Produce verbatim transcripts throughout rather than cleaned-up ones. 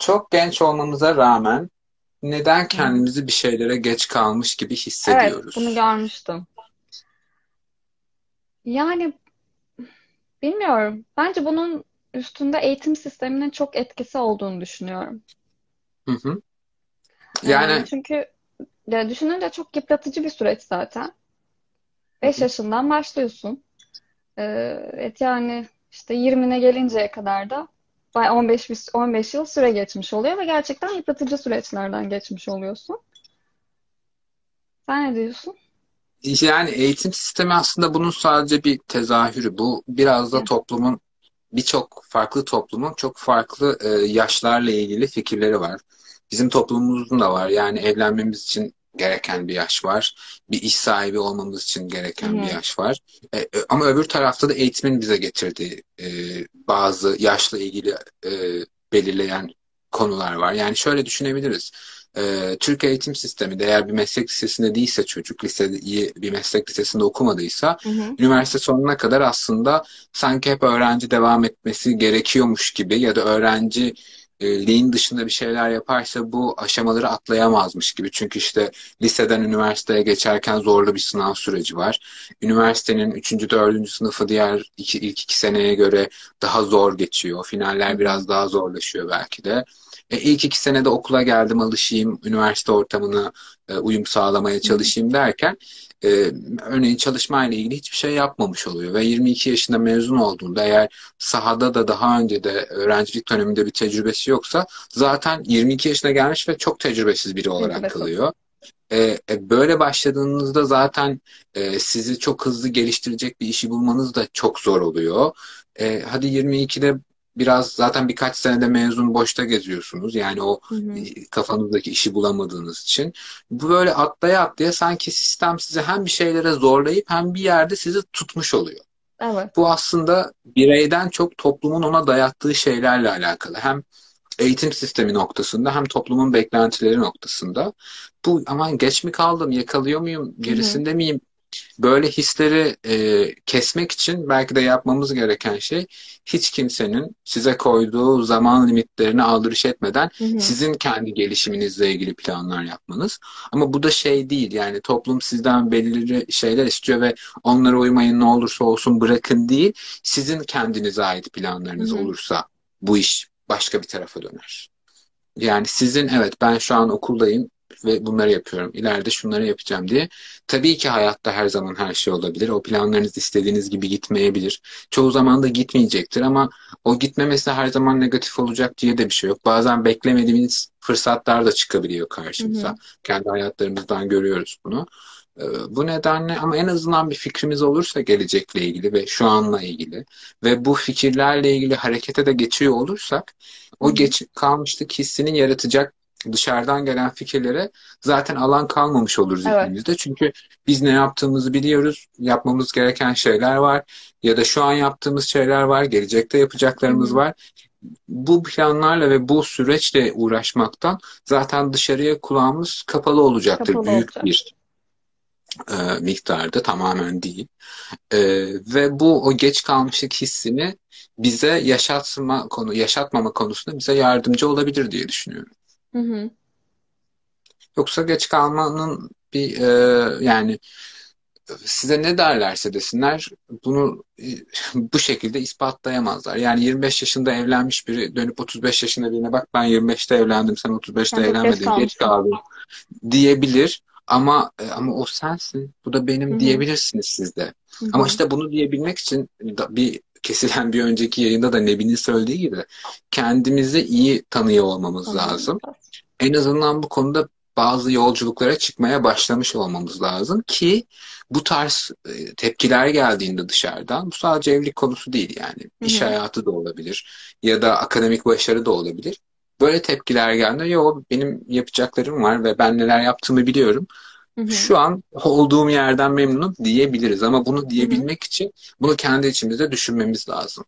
çok genç olmamıza rağmen neden Hı hı. kendimizi bir şeylere geç kalmış gibi Evet, bunu hissediyoruz? görmüştüm. Yani bilmiyorum. Bence bunun üstünde eğitim sisteminin çok etkisi olduğunu düşünüyorum. Hı hı. Ee, Yani çünkü ya düşününce çok yıpratıcı bir süreç zaten. hı Beş hı. yaşından başlıyorsun. Ee, evet yani işte yirmine gelinceye kadar da bay- on beş bir- on beş yıl süre geçmiş oluyor ve gerçekten yıpratıcı süreçlerden geçmiş oluyorsun. Sen ne diyorsun? Yani eğitim sistemi aslında bunun sadece bir tezahürü. Bu biraz da Ya. toplumun birçok farklı toplumun çok farklı e, yaşlarla ilgili fikirleri var. Bizim toplumumuzun da var. Yani evlenmemiz için gereken bir yaş var. Bir iş sahibi olmamız için Hı gereken bir hı. yaş var. E, e, ama öbür tarafta da eğitimin bize getirdiği e, bazı yaşla ilgili e, belirleyen konular var. Yani şöyle düşünebiliriz. E, Türk eğitim sistemi de eğer bir meslek lisesinde değilse çocuk liseyi bir meslek lisesinde okumadıysa Hı hı. üniversite sonuna kadar aslında sanki hep öğrenci devam etmesi gerekiyormuş gibi ya da öğrenciliğin dışında bir şeyler yaparsa bu aşamaları atlayamazmış gibi. Çünkü işte liseden üniversiteye geçerken zorlu bir sınav süreci var. Üniversitenin üçüncü dördüncü sınıfı diğer iki, ilk iki seneye göre daha zor geçiyor. Hı Finaller hı. biraz daha zorlaşıyor belki de. E, ilk iki senede okula geldim, alışayım, üniversite ortamına e, uyum sağlamaya Hı hı. çalışayım derken e, örneğin çalışmayla ilgili hiçbir şey yapmamış oluyor ve yirmi iki yaşında mezun olduğunda eğer sahada da daha önce de öğrencilik döneminde bir tecrübesi yoksa zaten yirmi iki yaşına gelmiş ve çok tecrübesiz biri olarak Tecrübesiz. kalıyor. E, e, böyle başladığınızda zaten e, sizi çok hızlı geliştirecek bir işi bulmanız da çok zor oluyor. E, hadi yirmi ikide biraz zaten birkaç senede mezun boşta geziyorsunuz. Yani o Hı hı. e, kafanızdaki işi bulamadığınız için. Bu böyle atlaya atlaya sanki sistem sizi hem bir şeylere zorlayıp hem bir yerde sizi tutmuş oluyor. Evet. Bu aslında bireyden çok toplumun ona dayattığı şeylerle alakalı. Hem eğitim sistemi noktasında hem toplumun beklentileri noktasında. Bu aman geç mi kaldım, yakalıyor muyum, Hı hı. gerisinde miyim? Böyle hisleri e, kesmek için belki de yapmamız gereken şey hiç kimsenin size koyduğu zaman limitlerini aldırış etmeden Hı hı. sizin kendi gelişiminizle ilgili planlar yapmanız. Ama bu da şey değil yani toplum sizden belirli şeyler istiyor ve onlara uymayın ne olursa olsun bırakın değil. Sizin kendinize ait Hı planlarınız hı. olursa bu iş başka bir tarafa döner. Yani sizin evet ben şu an okuldayım ve bunları yapıyorum. İleride şunları yapacağım diye. Tabii ki hayatta her zaman her şey olabilir. O planlarınız istediğiniz gibi gitmeyebilir. Çoğu zaman da gitmeyecektir ama o gitmemesi her zaman negatif olacak diye de bir şey yok. Bazen beklemediğimiz fırsatlar da çıkabiliyor Hı karşımıza. hı. Kendi hayatlarımızdan görüyoruz bunu. Ee, Bu nedenle ama en azından bir fikrimiz olursa gelecekle ilgili ve şu anla ilgili ve bu fikirlerle ilgili harekete de geçiyor olursak Hı o hı. geç kalmışlık hissinin yaratacak dışarıdan gelen fikirlere zaten alan kalmamış olur Evet. zihnimizde. Çünkü biz ne yaptığımızı biliyoruz, yapmamız gereken şeyler var ya da şu an yaptığımız şeyler var, gelecekte Hı yapacaklarımız hı. var. Bu planlarla ve bu süreçle uğraşmaktan zaten dışarıya kulağımız kapalı olacaktır Kapalı büyük olacak. bir e, miktarda, tamamen değil. E, Ve bu o geç kalmışlık hissini bize yaşatma konu yaşatmama konusunda bize yardımcı olabilir diye düşünüyorum. Hı hı. Yoksa geç kalmanın bir e, yani size ne derlerse desinler bunu e, bu şekilde ispatlayamazlar. Yani yirmi beş yaşında evlenmiş biri dönüp otuz beş yaşında birine bak ben yirmi beşte evlendim sen otuz beşte Sen çok geç evlenmedin geç kalmışsın. kaldın diyebilir. Ama e, ama o sensin. Bu da Hı benim hı. diyebilirsiniz siz de. Hı Ama hı. işte bunu diyebilmek için da- bir kesilen bir önceki yayında da Nebi'nin söylediği gibi kendimizi iyi tanıyor olmamız Tanımamız lazım. lazım. En azından bu konuda bazı yolculuklara çıkmaya başlamış olmamız lazım ki bu tarz e, tepkiler geldiğinde dışarıdan bu sadece evlilik konusu değil yani Hı iş hı. hayatı da olabilir ya da akademik başarı da olabilir. Böyle tepkiler geldiğinde yo benim yapacaklarım var ve ben neler yaptığımı biliyorum. Hı hı. Şu an olduğum yerden memnunum diyebiliriz ama bunu Hı hı. diyebilmek için bunu kendi içimizde düşünmemiz lazım.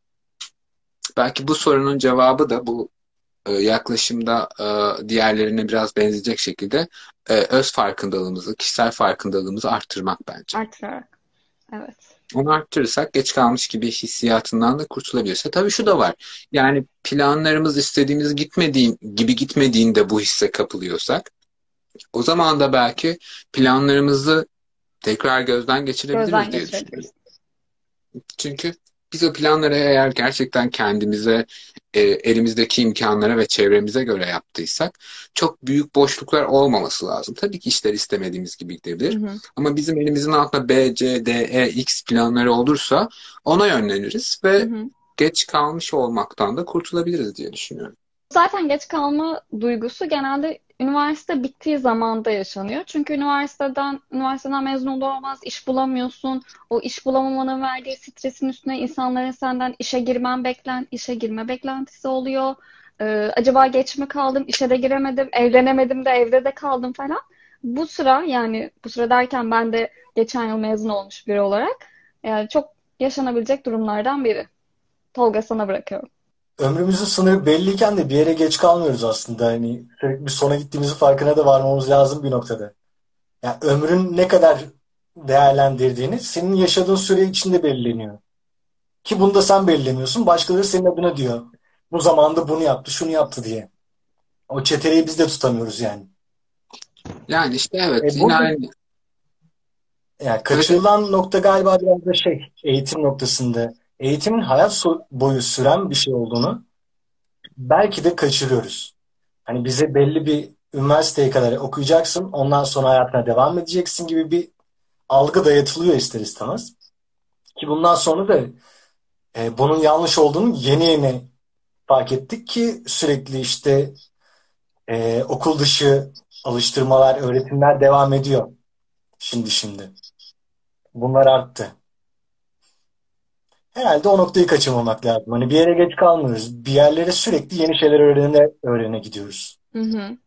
Belki bu sorunun cevabı da bu e, yaklaşımda e, diğerlerine biraz benzeyecek şekilde e, öz farkındalığımızı, kişisel farkındalığımızı arttırmak bence. Artırarak. Evet. Onu arttırırsak geç kalmış gibi hissiyatından da kurtulabiliriz. Ha, tabii şu da var. Yani planlarımız istediğimiz gitmediği gibi gitmediğinde bu hisse kapılıyorsak, o zaman da belki planlarımızı tekrar gözden geçirebiliriz Gözden diye düşünüyorum. geçirebiliriz. Çünkü biz o planları eğer gerçekten kendimize, e, elimizdeki imkanlara ve çevremize göre yaptıysak çok büyük boşluklar olmaması lazım. Tabii ki işler istemediğimiz gibi Hı gidebilir. hı. Ama bizim elimizin altında B, C, D, E, X planları olursa ona yönleniriz Hı ve hı. geç kalmış olmaktan da kurtulabiliriz diye düşünüyorum. Zaten geç kalma duygusu genelde üniversite bittiği zamanda yaşanıyor. Çünkü üniversiteden üniversiteden mezun olur olmaz iş bulamıyorsun. O iş bulamamanın verdiği stresin üstüne insanların senden işe girmen beklen, işe girme beklentisi oluyor. Ee, acaba geç mi kaldım, işe de giremedim, evlenemedim de evde de kaldım falan. Bu sıra yani bu sıra derken ben de geçen yıl mezun olmuş biri olarak yani çok yaşanabilecek durumlardan biri. Tolga sana bırakıyorum. Ömrümüzün sınırı belliyken de bir yere geç kalmıyoruz aslında. Hani sürekli bir sona gittiğimizin farkına da varmamız lazım bir noktada. Yani ömrün ne kadar değerlendirdiğini senin yaşadığın süre içinde belirleniyor. Ki bunu da sen belirlemiyorsun. Başkaları senin adına diyor. Bu zamanda bunu yaptı, şunu yaptı diye. O çeteleyi biz de tutamıyoruz yani. Yani işte evet, E yine burada aynı. yani Evet, evet. kaçırılan nokta galiba biraz da şey eğitim noktasında. Eğitimin hayat so- boyu süren bir şey olduğunu belki de kaçırıyoruz. Hani bize belli bir üniversiteye kadar okuyacaksın, ondan sonra hayatına devam edeceksin gibi bir algı dayatılıyor ister istemez. Ki bundan sonra da e, bunun yanlış olduğunu yeni yeni fark ettik ki sürekli işte e, okul dışı alıştırmalar, öğretimler devam ediyor şimdi şimdi. Bunlar arttı. Herhalde o noktayı kaçırmamak lazım. Hani bir yere geç kalmıyoruz. Bir yerlere sürekli yeni şeyler öğrene öğrene gidiyoruz. Hı hı.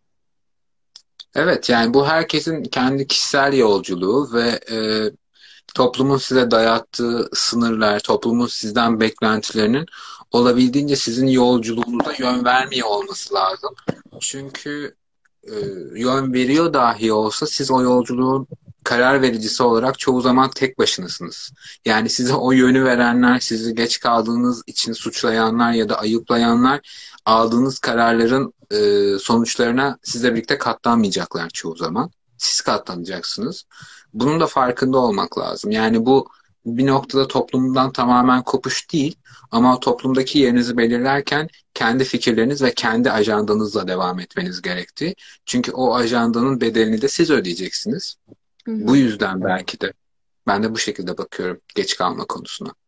Evet, yani bu herkesin kendi kişisel yolculuğu ve e, toplumun size dayattığı sınırlar, toplumun sizden beklentilerinin olabildiğince sizin yolculuğunuza yön vermiyor olması lazım. Çünkü e, yön veriyor dahi olsa siz o yolculuğun karar vericisi olarak çoğu zaman tek başınasınız. Yani size o yönü verenler, sizi geç kaldığınız için suçlayanlar ya da ayıplayanlar aldığınız kararların e, sonuçlarına sizle birlikte katlanmayacaklar çoğu zaman. Siz katlanacaksınız. Bunun da farkında olmak lazım. Yani bu bir noktada toplumdan tamamen kopuş değil, ama toplumdaki yerinizi belirlerken kendi fikirleriniz ve kendi ajandanızla devam etmeniz gerektiği. Çünkü o ajandanın bedelini de siz ödeyeceksiniz. Hı Bu hı. yüzden belki de ben de bu şekilde bakıyorum geç kalma konusuna.